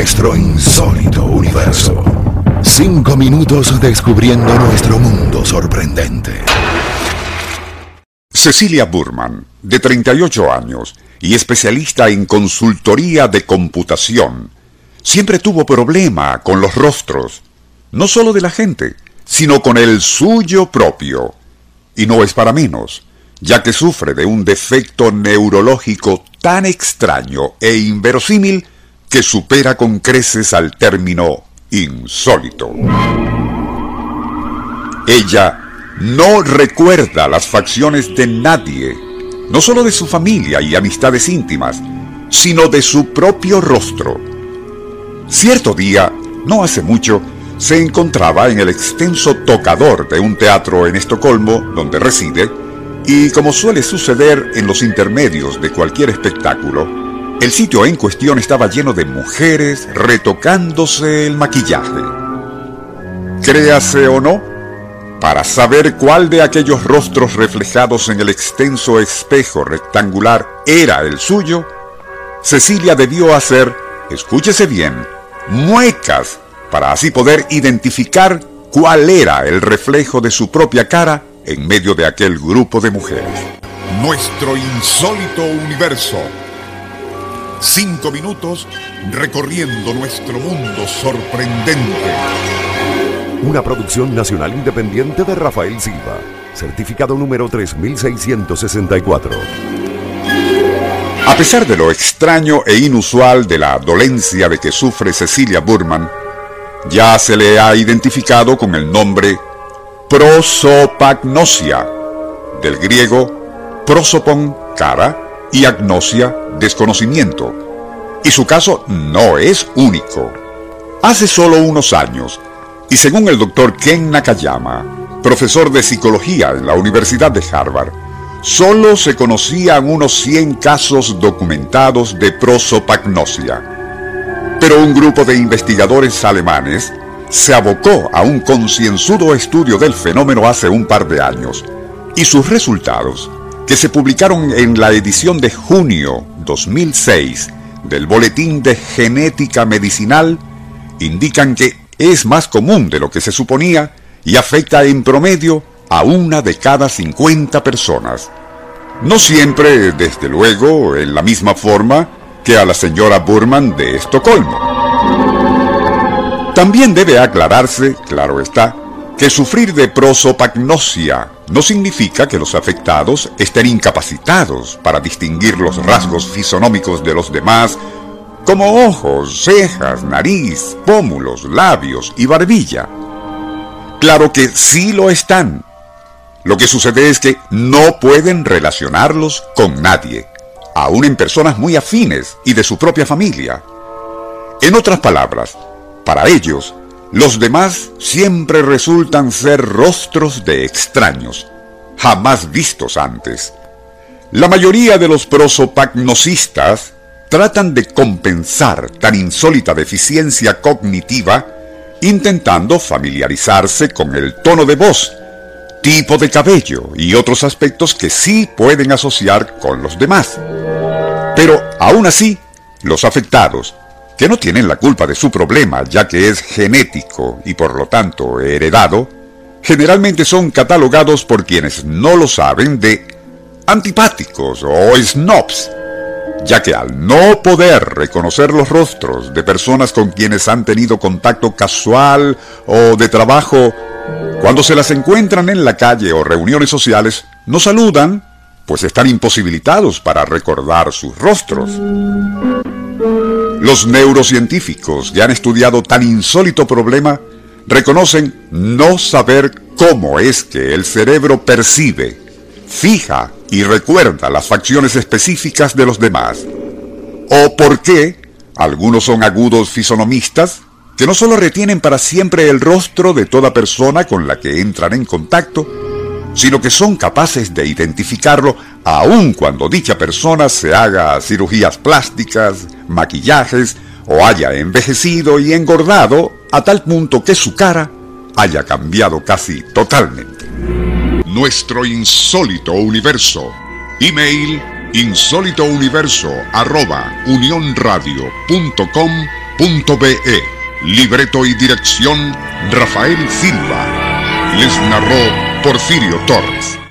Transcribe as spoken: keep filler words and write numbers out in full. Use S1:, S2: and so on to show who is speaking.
S1: Nuestro insólito universo. Cinco minutos descubriendo nuestro mundo sorprendente.
S2: Cecilia Burman, de treinta y ocho años y especialista en consultoría de computación, siempre tuvo problema con los rostros, no solo de la gente, sino con el suyo propio. Y no es para menos, ya que sufre de un defecto neurológico tan extraño e inverosímil que supera con creces al término insólito. Ella no recuerda las facciones de nadie, no solo de su familia y amistades íntimas, sino de su propio rostro. Cierto día, no hace mucho, se encontraba en el extenso tocador de un teatro en Estocolmo, donde reside, y como suele suceder en los intermedios de cualquier espectáculo, el sitio en cuestión estaba lleno de mujeres retocándose el maquillaje. Créase o no, para saber cuál de aquellos rostros reflejados en el extenso espejo rectangular era el suyo, Cecilia debió hacer, escúchese bien, muecas para así poder identificar cuál era el reflejo de su propia cara en medio de aquel grupo de mujeres.
S3: Nuestro insólito universo. Cinco minutos recorriendo nuestro mundo sorprendente.
S1: Una producción nacional independiente de Rafael Silva. Certificado número tres mil seiscientos sesenta y cuatro.
S2: A pesar de lo extraño e inusual de la dolencia de que sufre Cecilia Burman, ya se le ha identificado con el nombre prosopagnosia, del griego prosopon, cara, y agnosia, desconocimiento. Y su caso no es único. Hace solo unos años, y según el doctor Ken Nakayama, profesor de psicología en la Universidad de Harvard, solo se conocían unos cien casos documentados de prosopagnosia. Pero un grupo de investigadores alemanes se abocó a un concienzudo estudio del fenómeno hace un par de años, y sus resultados, que se publicaron en la edición de junio dos mil seis del Boletín de Genética Medicinal, indican que es más común de lo que se suponía y afecta en promedio a una de cada cincuenta personas. No siempre, desde luego, en la misma forma que a la señora Burman de Estocolmo. También debe aclararse, claro está, que sufrir de prosopagnosia no significa que los afectados estén incapacitados para distinguir los rasgos fisonómicos de los demás, como ojos, cejas, nariz, pómulos, labios y barbilla. Claro que sí lo están. Lo que sucede es que no pueden relacionarlos con nadie, aun en personas muy afines y de su propia familia. En otras palabras, para ellos, los demás siempre resultan ser rostros de extraños, jamás vistos antes. La mayoría de los prosopagnosistas tratan de compensar tan insólita deficiencia cognitiva intentando familiarizarse con el tono de voz, tipo de cabello y otros aspectos que sí pueden asociar con los demás. Pero aún así, los afectados, que no tienen la culpa de su problema ya que es genético y por lo tanto heredado, generalmente son catalogados por quienes no lo saben de antipáticos o snobs, ya que al no poder reconocer los rostros de personas con quienes han tenido contacto casual o de trabajo, cuando se las encuentran en la calle o reuniones sociales, no saludan, pues están imposibilitados para recordar sus rostros. Los neurocientíficos que han estudiado tan insólito problema reconocen no saber cómo es que el cerebro percibe, fija y recuerda las facciones específicas de los demás, o por qué algunos son agudos fisonomistas que no solo retienen para siempre el rostro de toda persona con la que entran en contacto, sino que son capaces de identificarlo aun cuando dicha persona se haga cirugías plásticas, maquillajes o haya envejecido y engordado a tal punto que su cara haya cambiado casi totalmente.
S3: Nuestro insólito universo. Email insólitouniverso arroba unionradio punto com punto be. Libreto y dirección Rafael Silva. Les narró Porfirio Torres.